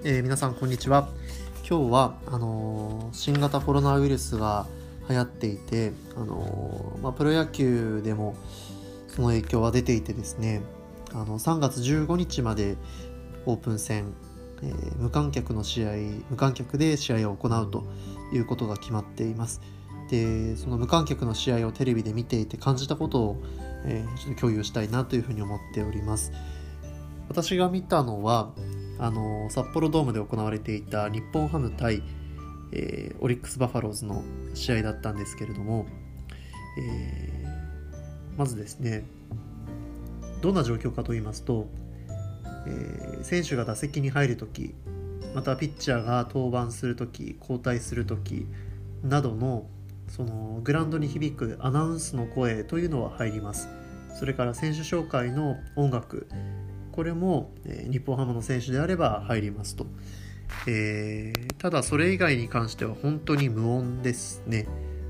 皆さんこんにちは。今日は新型コロナウイルスが流行っていて、プロ野球でもその影響は出ていてですね、3月15日までオープン戦、無観客で試合を行うということが決まっています。で、その無観客の試合をテレビで見ていて感じたことを、ちょっと共有したいなというふうに思っております。私が見たのは札幌ドームで行われていた日本ハム対、オリックスバファローズの試合だったんですけれども、まずですね、どんな状況かと言いますと、選手が打席に入るとき、またピッチャーが登板するとき、交代するときなどのそのグラウンドに響くアナウンスの声というのは入ります。それから選手紹介の音楽、これも日本ハムの選手であれば入りますと。ただそれ以外に関しては本当に無音ですね。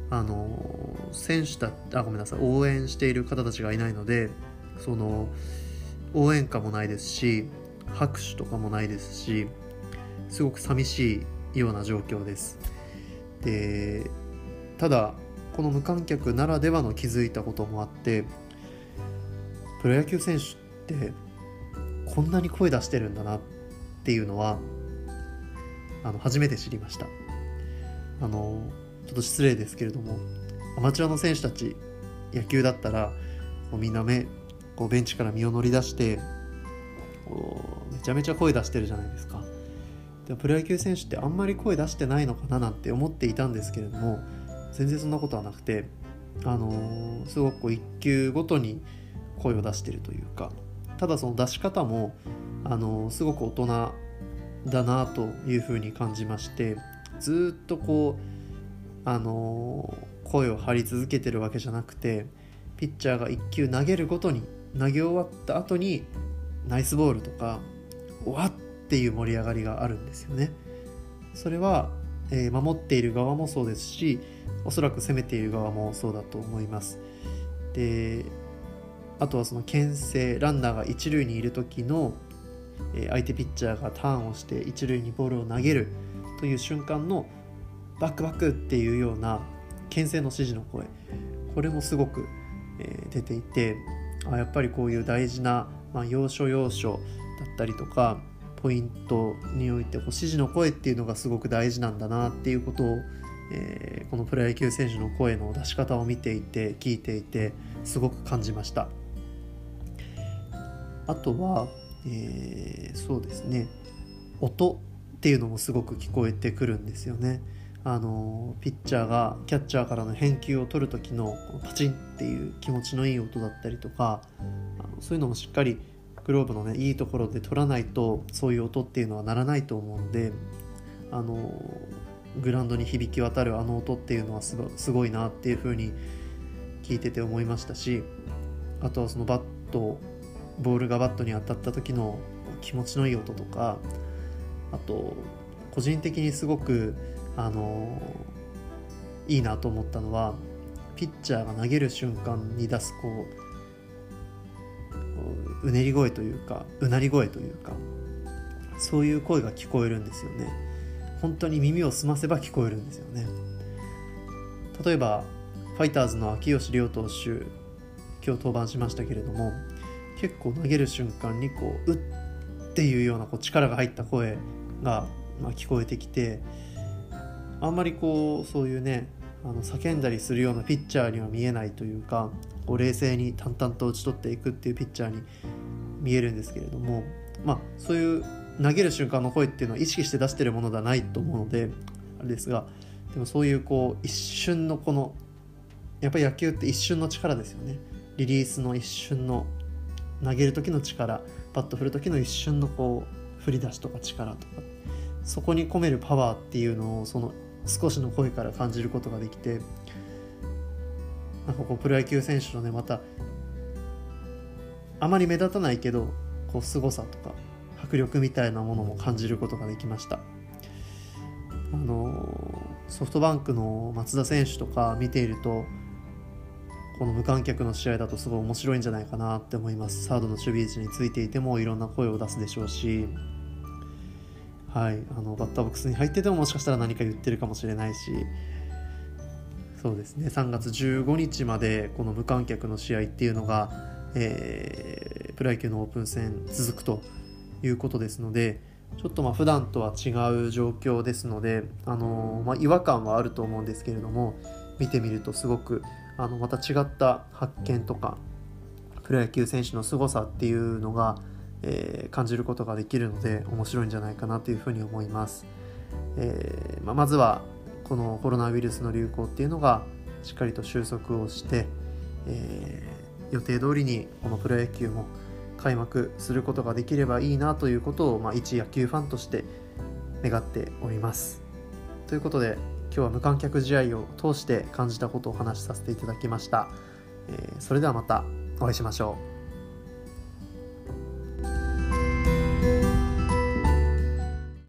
応援している方たちがいないので、その応援歌もないですし、拍手とかもないですし、すごく寂しいような状況です。で、ただこの無観客ならではの気づいたこともあって、プロ野球選手ってこんなに声出してるんだなっていうのは初めて知りました。ちょっと失礼ですけれども、アマチュアの選手たち、野球だったらみんなベンチから身を乗り出してめちゃめちゃ声出してるじゃないですか。でもプロ野球選手ってあんまり声出してないのかななんて思っていたんですけれども、全然そんなことはなくて、すごく一球ごとに声を出してるというか、ただその出し方もすごく大人だなというふうに感じまして、ずっと声を張り続けてるわけじゃなくて、ピッチャーが1球投げるごとに、投げ終わった後にナイスボールとかわっていう盛り上がりがあるんですよね。それは、守っている側もそうですし、おそらく攻めている側もそうだと思います。で、あとはその牽制、ランナーが一塁にいる時の相手ピッチャーがターンをして一塁にボールを投げるという瞬間のバックバックっていうような牽制の指示の声、これもすごく出ていて、やっぱりこういう大事な、要所要所だったりとかポイントにおいて指示の声っていうのがすごく大事なんだなっていうことを、このプロ野球選手の声の出し方を見ていて聞いていてすごく感じました。あとは、そうですね、音っていうのもすごく聞こえてくるんですよね。ピッチャーがキャッチャーからの返球を取る時のパチンっていう気持ちのいい音だったりとか、そういうのもしっかりグローブのね、いいところで取らないとそういう音っていうのはならないと思うので、グラウンドに響き渡る音っていうのはすごいなっていう風に聞いてて思いましたし、あとはそのボールがバットに当たった時の気持ちのいい音とか、あと個人的にすごくいいなと思ったのは、ピッチャーが投げる瞬間に出すうねり声というかうなり声というか、そういう声が聞こえるんですよね。本当に耳を澄ませば聞こえるんですよね。例えばファイターズの秋吉亮投手、今日登板しましたけれども、結構投げる瞬間にうっていうような力が入った声が聞こえてきて、あんまりそういうね、叫んだりするようなピッチャーには見えないというか、冷静に淡々と打ち取っていくっていうピッチャーに見えるんですけれども、そういう投げる瞬間の声っていうのは意識して出してるものではないと思うのであれですが、でもそういう一瞬のやっぱり野球って一瞬の力ですよね。リリースの一瞬の投げる時の力、バット振る時の一瞬の振り出しとか力とか、そこに込めるパワーっていうのをその少しの声から感じることができて、プロ野球選手のね、またあまり目立たないけど凄さとか迫力みたいなものも感じることができました。ソフトバンクの松田選手とか見ていると、この無観客の試合だとすごい面白いんじゃないかなって思います。サードの守備位置についていてもいろんな声を出すでしょうし、 はい、バッターボックスに入っててももしかしたら何か言ってるかもしれないし、そうですね、3月15日までこの無観客の試合っていうのが、プロ野球のオープン戦続くということですので、ちょっと普段とは違う状況ですので、違和感はあると思うんですけれども、見てみるとすごくまた違った発見とかプロ野球選手の凄さっていうのが、感じることができるので面白いんじゃないかなというふうに思います。まずはこのコロナウイルスの流行っていうのがしっかりと収束をして、予定通りにこのプロ野球も開幕することができればいいなということを、一野球ファンとして願っております。ということで今日は無観客試合を通して感じたことをお話しさせていただきました。それではまたお会いしましょう。